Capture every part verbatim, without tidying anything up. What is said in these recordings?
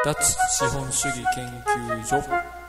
脱資本主義研究所。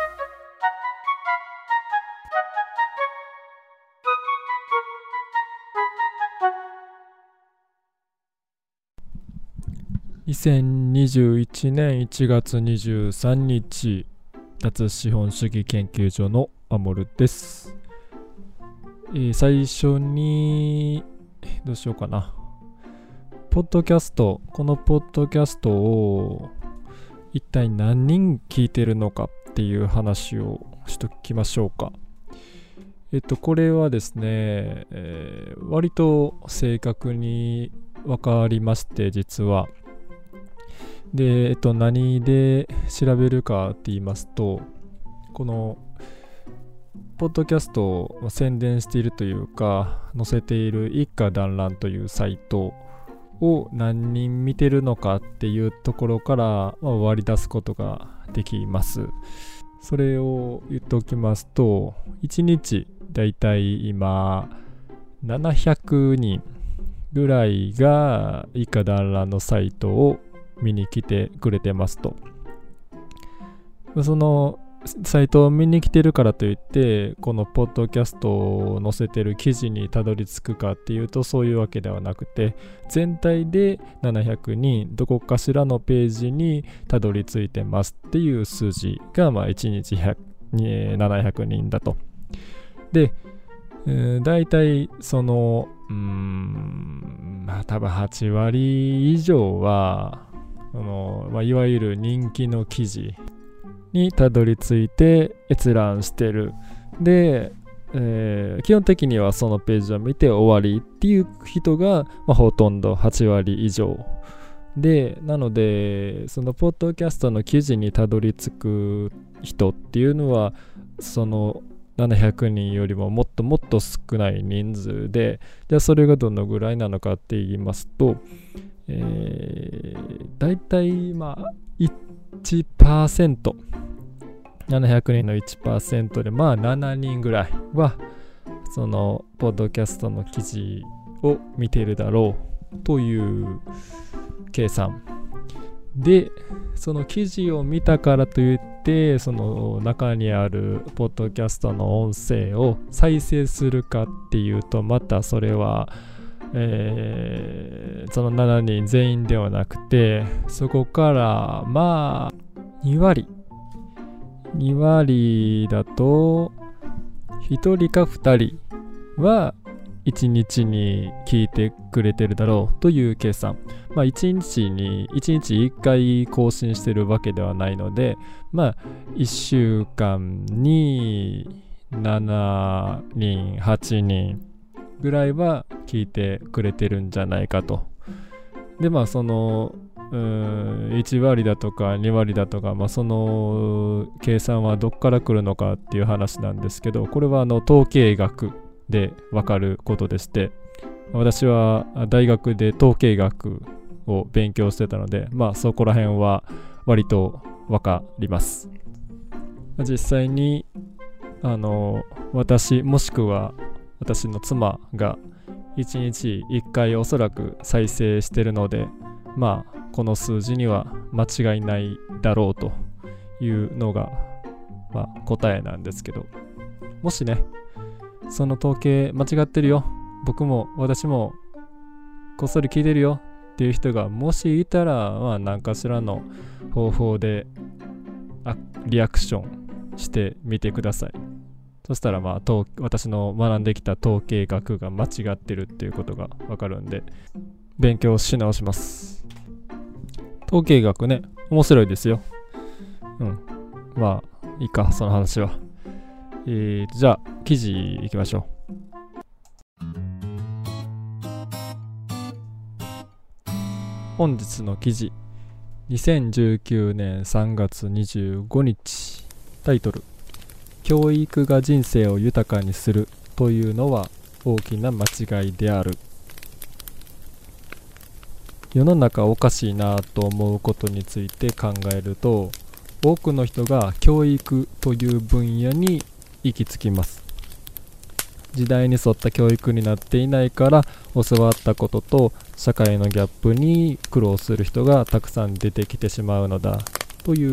にせんにじゅういちねんいちがつにじゅうさんにち、脱資本主義研究所のアモルです。えー、最初にどうしようかな。ポッドキャスト、このポッドキャストを一体何人聞いてるのかっていう話をしときましょうか。えっとこれはですね、えー、割と正確に分かりまして、実はで、えっと、何で調べるかって言いますと、このポッドキャストを宣伝しているというか載せている一家団らんというサイトを何人見てるのかっていうところから、まあ、割り出すことができます。それを言っておきますと、いちにちだいたい今ななひゃくにんぐらいが一家団らんのサイトを見に来てくれてますと。そのサイトを見に来てるからといってこのポッドキャストを載せてる記事にたどり着くかっていうと、そういうわけではなくて、全体でななひゃくにんどこかしらのページにたどり着いてますっていう数字が、まあいちにちななひゃくにんだと。で、えー、だいたいそのうーんまあ多分はちわり以上はあの、まあ、いわゆる人気の記事にたどり着いて閲覧してる。で、えー、基本的にはそのページを見て終わりっていう人が、まあ、ほとんどはちわり以上で、なのでそのポッドキャストの記事にたどり着く人っていうのはそのななひゃくにんよりももっともっと少ない人数で、じゃあそれがどのぐらいなのかって言いますと、えー、だいたいまあ いちパーセント、ななひゃくにんの いちパーセント でまあしちにんぐらいはそのポッドキャストの記事を見ているだろうという計算で、その記事を見たからといってその中にあるポッドキャストの音声を再生するかっていうと、またそれはえー、そのしちにん全員ではなくて、そこからまあにわりにわりだとひとりかふたりはいちにちに聞いてくれてるだろうという計算。まあいちにちにいちにちいっかい更新してるわけではないので、まあいっしゅうかんにしちにんはちにんぐらいは聞いてくれてるんじゃないかと。でまあそのうーんいちわりだとかにわりだとか、まあ、その計算はどっから来るのかっていう話なんですけど、これはあの統計学でわかることでして、私は大学で統計学を勉強してたので、まあそこら辺は割とわかります。実際にあの私もしくは私の妻がいちにちいっかいおそらく再生してるので、まあこの数字には間違いないだろうというのが、まあ、答えなんですけど、もしねその統計間違ってるよ、僕も私もこっそり聞いてるよっていう人がもしいたら、まあ何かしらの方法であリアクションしてみてください。そしたらまあ私の学んできた統計学が間違ってるっていうことがわかるんで、勉強し直します。統計学ね、面白いですよ。うん。まあいいか、その話は。えー、じゃあ記事いきましょう。本日の記事、にせんじゅうきゅうねんさんがつにじゅうごにち、タイトル、教育が人生を豊かにするというのは大きな間違いである。世の中おかしいなと思うことについて考えると、多くの人が教育という分野に行き着きます。時代に沿った教育になっていないから教わったことと社会のギャップに苦労する人がたくさん出てきてしまうのだという、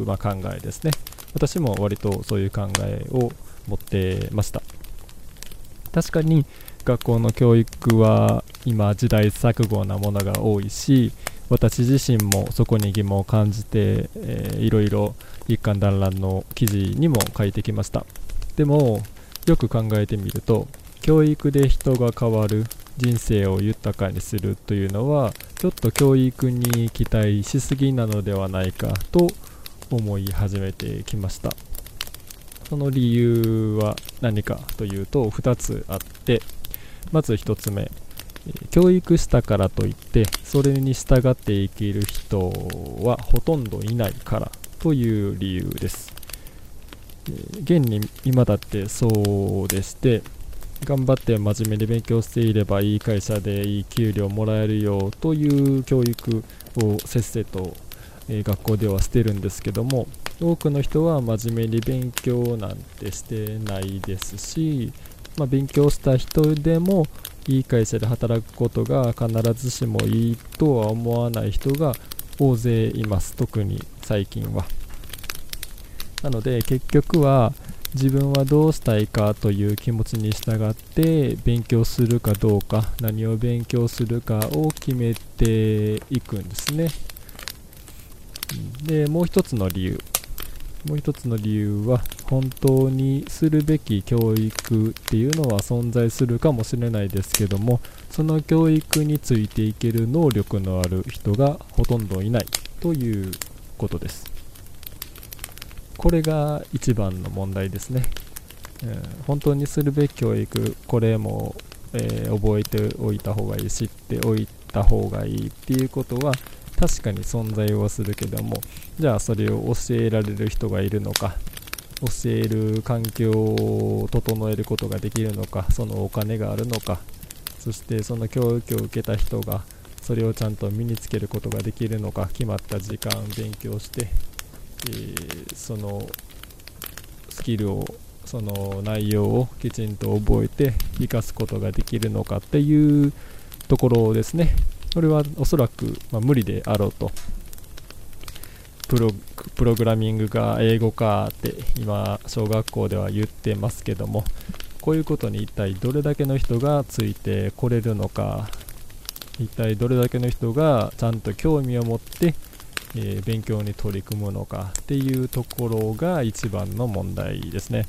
まあ、考えですね。私も割とそういう考えを持ってました。確かに学校の教育は今時代錯誤なものが多いし、私自身もそこに疑問を感じて、えー、いろいろ一貫団らんの記事にも書いてきました。でもよく考えてみると、教育で人が変わる、人生を豊かにするというのはちょっと教育に期待しすぎなのではないかと思い始めてきました。その理由は何かというとふたつあって、まずひとつめ、教育したからといってそれに従って生きる人はほとんどいないからという理由です。現に今だってそうでして、頑張って真面目に勉強していればいい会社でいい給料もらえるよという教育をせっせと、えー、学校ではしてるんですけども、多くの人は真面目に勉強なんてしてないですし、まあ、勉強した人でもいい会社で働くことが必ずしもいいとは思わない人が大勢います。特に最近は。なので結局は自分はどうしたいかという気持ちに従って勉強するかどうか、何を勉強するかを決めていくんですね。で、もう一つの理由もう一つの理由は、本当にするべき教育っていうのは存在するかもしれないですけども、その教育についていける能力のある人がほとんどいないということです。これが一番の問題ですね。えー、本当にするべき教育、これも、えー、覚えておいた方がいい、知っておいた方がいいっていうことは確かに存在はするけども、じゃあそれを教えられる人がいるのか、教える環境を整えることができるのか、そのお金があるのか、そしてその教育を受けた人がそれをちゃんと身につけることができるのか、決まった時間勉強して、えー、そのスキルを、その内容をきちんと覚えて生かすことができるのかっていうところですね。これはおそらく、まあ、無理であろうと。プロ、プログラミングが英語かって今小学校では言ってますけども、こういうことに一体どれだけの人がついてこれるのか、一体どれだけの人がちゃんと興味を持ってえー、勉強に取り組むのかっていうところが一番の問題ですね。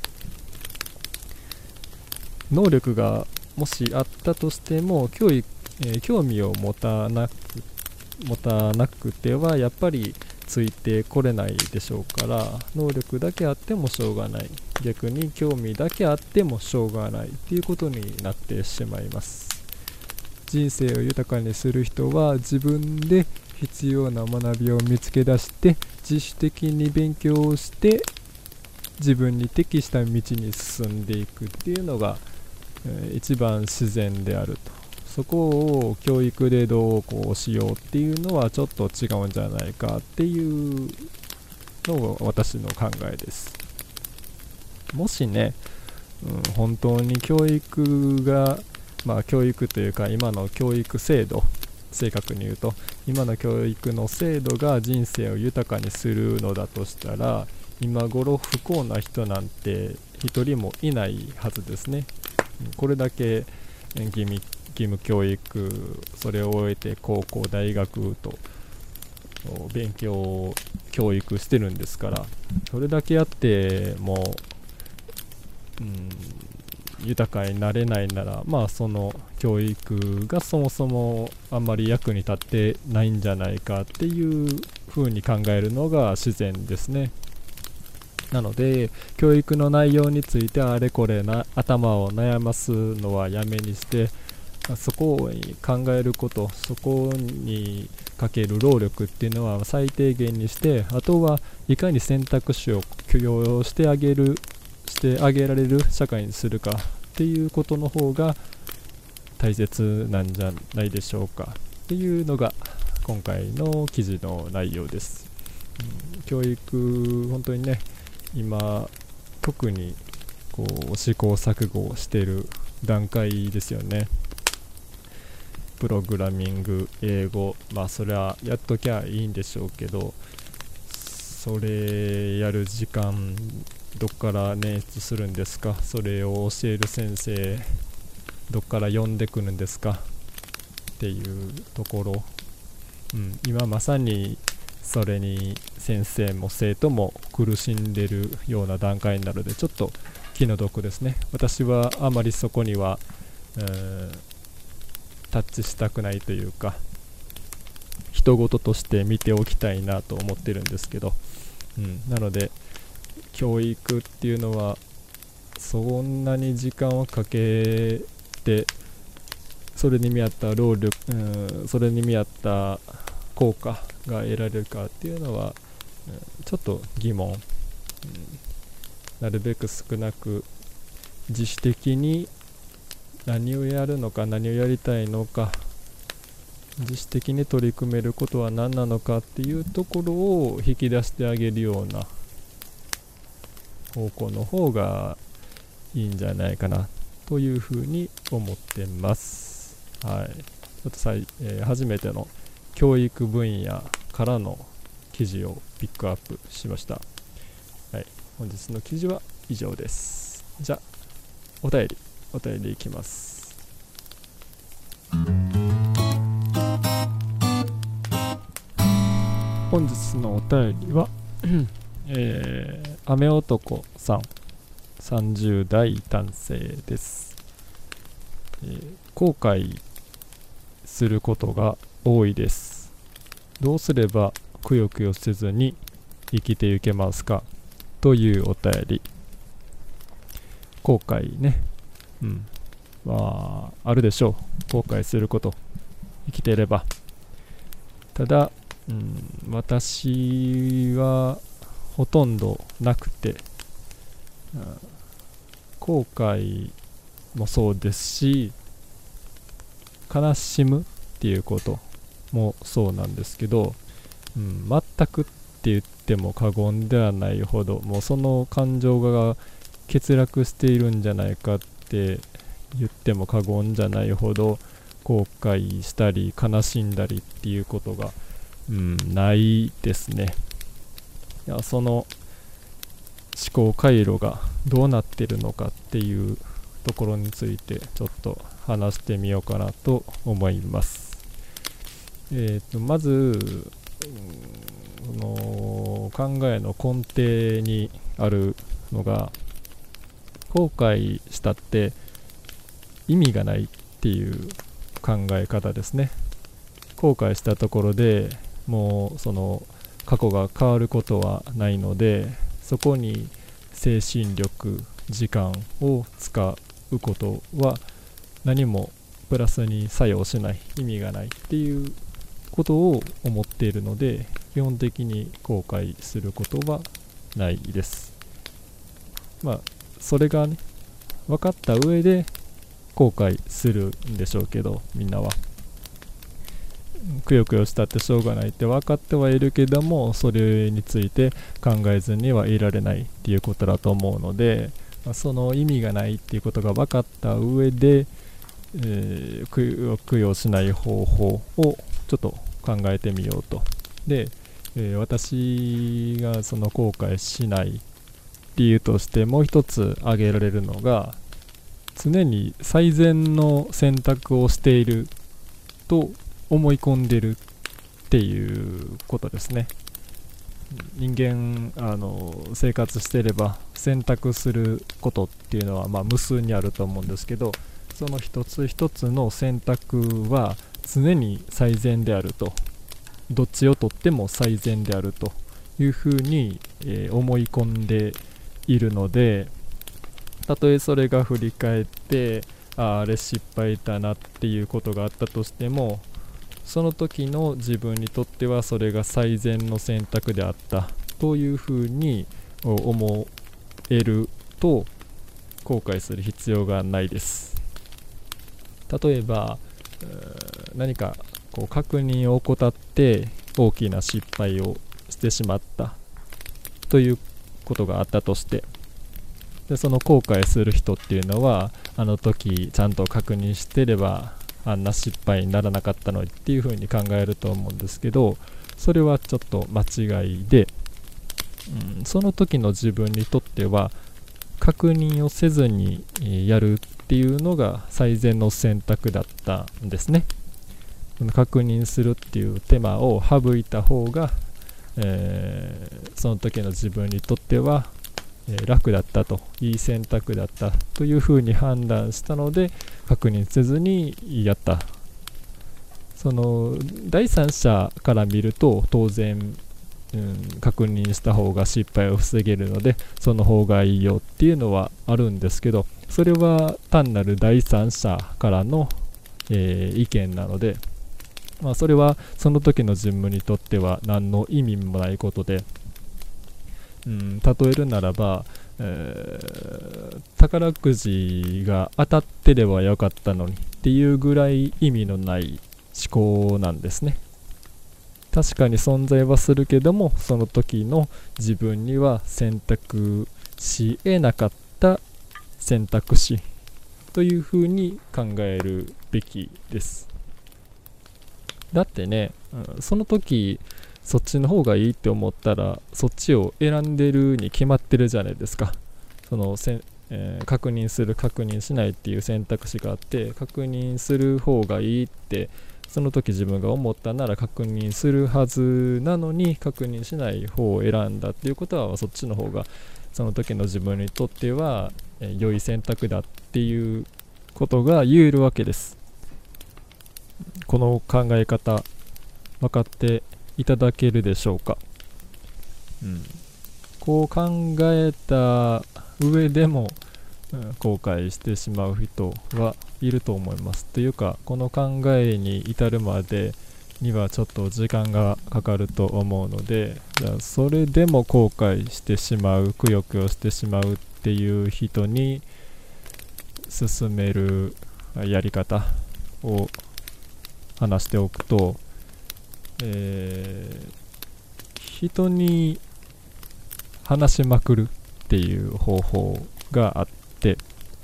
能力がもしあったとしても教育、えー、興味を持たなく持たなくてはやっぱりついてこれないでしょうから、能力だけあってもしょうがない、逆に興味だけあってもしょうがないっていうことになってしまいます。人生を豊かにする人は自分で必要な学びを見つけ出して自主的に勉強をして自分に適した道に進んでいくっていうのが、えー、一番自然であると。そこを教育でどうこうしようっていうのはちょっと違うんじゃないかっていうのが私の考えです。もしね、うん、本当に教育がまあ教育というか今の教育制度、正確に言うと今の教育の制度が人生を豊かにするのだとしたら、今頃不幸な人なんて一人もいないはずですね。これだけ義務、義務教育、それを終えて高校大学と勉強教育してるんですから、それだけあってもう、うん豊かになれないなら、まあその教育がそもそもあんまり役に立ってないんじゃないかっていう風に考えるのが自然ですね。なので教育の内容についてあれこれな頭を悩ますのはやめにして、そこに考えること、そこにかける労力っていうのは最低限にして、あとはいかに選択肢を許容してあげるしてあげられる社会にするかっていうことの方が大切なんじゃないでしょうかっていうのが今回の記事の内容です。うん、教育本当にね、今特にこう試行錯誤している段階ですよね。プログラミング、英語、まあそれはやっときゃいいんでしょうけど、 それやる時間どっから捻出するんですか、それを教える先生どっから呼んでくるんですかっていうところ、うん、今まさにそれに先生も生徒も苦しんでるような段階になるので、ちょっと気の毒ですね。私はあまりそこには、えー、タッチしたくないというか、人事として見ておきたいなと思ってるんですけど、うん、なので教育っていうのはそんなに時間をかけてそれに見合った労力、うん、それに見合った効果が得られるかっていうのは、うん、ちょっと疑問、うん、なるべく少なく自主的に何をやるのか、何をやりたいのか、自主的に取り組めることは何なのかっていうところを引き出してあげるような方向の方がいいんじゃないかなというふうに思ってます。はい、ちょっとさい、えー、初めての教育分野からの記事をピックアップしました。はい、本日の記事は以上です。じゃあお便りお便りいきます。本日のお便りは、えー、雨男さんさんじゅう代男性です、えー、後悔することが多いです。どうすればくよくよせずに生きていけますかというお便り。後悔ね、うんまああるでしょう、後悔すること、生きていれば。ただ、うん、私はほとんどなくて、うん、後悔もそうですし、悲しむっていうこともそうなんですけど、うん、全くって言っても過言ではないほど、もうその感情が欠落しているんじゃないかって言っても過言じゃないほど後悔したり悲しんだりっていうことが、うん、ないですね。いや、その思考回路がどうなってるのかっていうところについてちょっと話してみようかなと思います。えーと、まず、うん、その考えの根底にあるのが、後悔したって意味がないっていう考え方ですね。後悔したところでもうその過去が変わることはないので、そこに精神力、時間を使うことは何もプラスに作用しない、意味がないっていうことを思っているので、基本的に後悔することはないです。まあそれがね、分かった上で後悔するんでしょうけど、みんなはくよくよしたってしょうがないって分かってはいるけども、それについて考えずにはいられないっていうことだと思うので、その意味がないっていうことが分かった上で、えー、くよくよしない方法をちょっと考えてみようと。で、えー、私がその後悔しない理由としてもう一つ挙げられるのが、常に最善の選択をしていると思い込んでるっていうことですね。人間あの生活していれば選択することっていうのは、まあ、無数にあると思うんですけど、その一つ一つの選択は常に最善であると、どっちをとっても最善であるというふうに、えー、思い込んでいるので、たとえそれが振り返ってあ, あれ失敗だなっていうことがあったとしても、その時の自分にとってはそれが最善の選択であったというふうに思えると後悔する必要がないです。例えば何かこう確認を怠って大きな失敗をしてしまったということがあったとして、でその後悔する人っていうのは、あの時ちゃんと確認してればあんな失敗にならなかったのにっていう風に考えると思うんですけど、それはちょっと間違いで、 うん、その時の自分にとっては確認をせずにやるっていうのが最善の選択だったんですね。確認するっていう手間を省いた方が、えー、その時の自分にとっては、えー、楽だったと、いい選択だったというふうに判断したので確認せずにやった。その第三者から見ると当然、うん、確認した方が失敗を防げるのでその方がいいよっていうのはあるんですけど、それは単なる第三者からの、えー、意見なので、まあ、それはその時の自分にとっては何の意味もないことで、うん、例えるならば、えー、宝くじが当たってればよかったのにっていうぐらい意味のない思考なんですね。確かに存在はするけどもその時の自分には選択し得なかった選択肢というふうに考えるべきです。だってね、うん、その時そっちの方がいいって思ったらそっちを選んでるに決まってるじゃないですか。そのせ、えー、確認する確認しないっていう選択肢があって、確認する方がいいってその時自分が思ったなら確認するはずなのに確認しない方を選んだっていうことはそっちの方がその時の自分にとっては、えー、良い選択だっていうことが言えるわけです。この考え方分かっていただけるでしょうか。うん、こう考えた上でも、うん、後悔してしまう人はいると思います。というかこの考えに至るまでにはちょっと時間がかかると思うので、じゃあそれでも後悔してしまう、くよくよしてしまうっていう人に進めるやり方を話しておくと、えー、人に話しまくるっていう方法があって、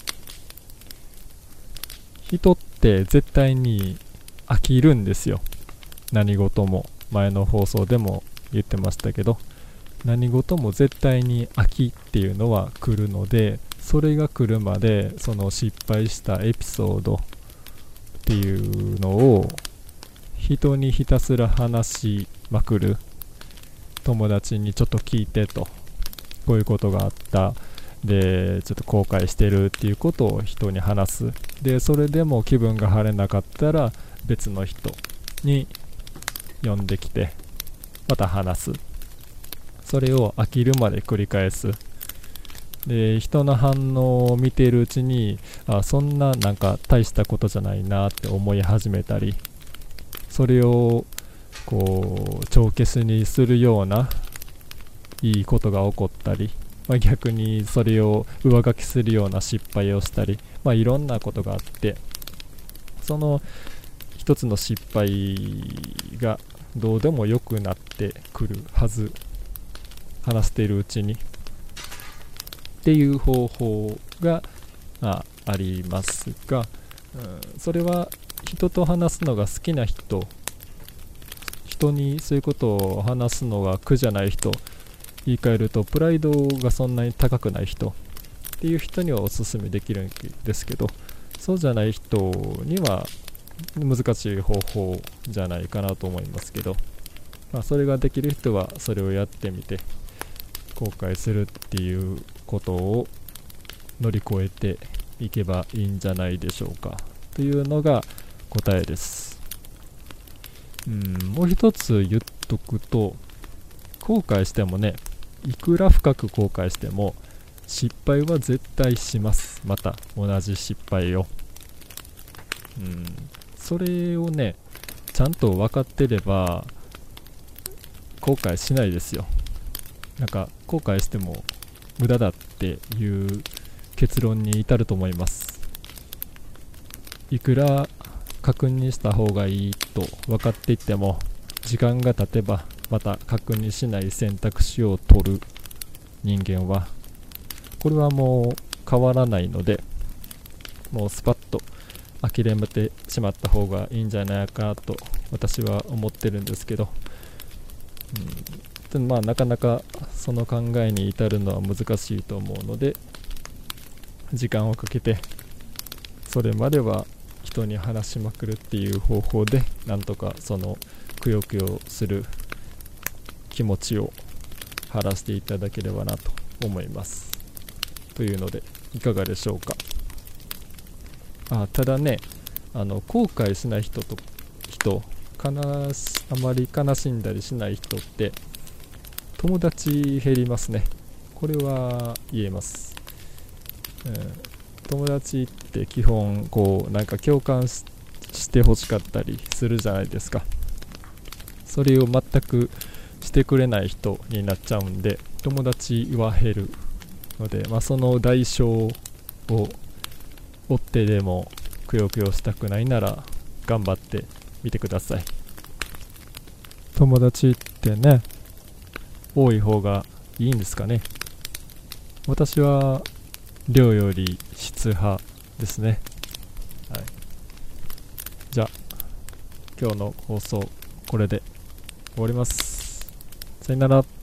人って絶対に飽きるんですよ。何事も前の放送でも言ってましたけど、何事も絶対に飽きっていうのは来るので、それが来るまでその失敗したエピソードっていうのを人にひたすら話しまくる。友達にちょっと聞いてと、こういうことがあった、でちょっと後悔してるっていうことを人に話す。でそれでも気分が晴れなかったら別の人に呼んできてまた話す。それを飽きるまで繰り返す。で人の反応を見ているうちに、あそんななんか大したことじゃないなって思い始めたり、それをこう帳消しにするようないいことが起こったり、まあ、逆にそれを上書きするような失敗をしたり、まあ、いろんなことがあって、その一つの失敗がどうでもよくなってくるはず、話しているうちにっていう方法が あ, ありますが、うん、それは人と話すのが好きな人、人にそういうことを話すのが苦じゃない人、言い換えるとプライドがそんなに高くない人っていう人にはおすすめできるんですけど、そうじゃない人には難しい方法じゃないかなと思いますけど、まあ、それができる人はそれをやってみて後悔するっていうことを乗り越えていけばいいんじゃないでしょうかというのが答えです。うん、もう一つ言っとくと、後悔してもね、いくら深く後悔しても失敗は絶対します。また同じ失敗を、うん、それをねちゃんと分かってれば後悔しないですよ。なんか後悔しても無駄だっていう結論に至ると思います。いくら確認した方がいいと分かっていっても時間が経てばまた確認しない選択肢を取る人間は、これはもう変わらないので、もうスパッと諦めてしまった方がいいんじゃないかと私は思ってるんですけど、 でまあなかなかその考えに至るのは難しいと思うので、時間をかけてそれまでは人に話しまくるっていう方法でなんとかそのくよくよする気持ちを晴らしていただければなと思います。というのでいかがでしょうか。あただね、あの後悔しない人と人悲しあまり悲しんだりしない人って友達減りますね。これは言えます、うん、友達って基本こうなんか共感 し, してほしかったりするじゃないですか。それを全くしてくれない人になっちゃうんで友達は減るので、まあ、その代償を追ってでもくよくよしたくないなら頑張ってみてください。友達ってね多い方がいいんですかね。私は量より質派ですね、はい、じゃあ今日の放送これで終わります。さよなら。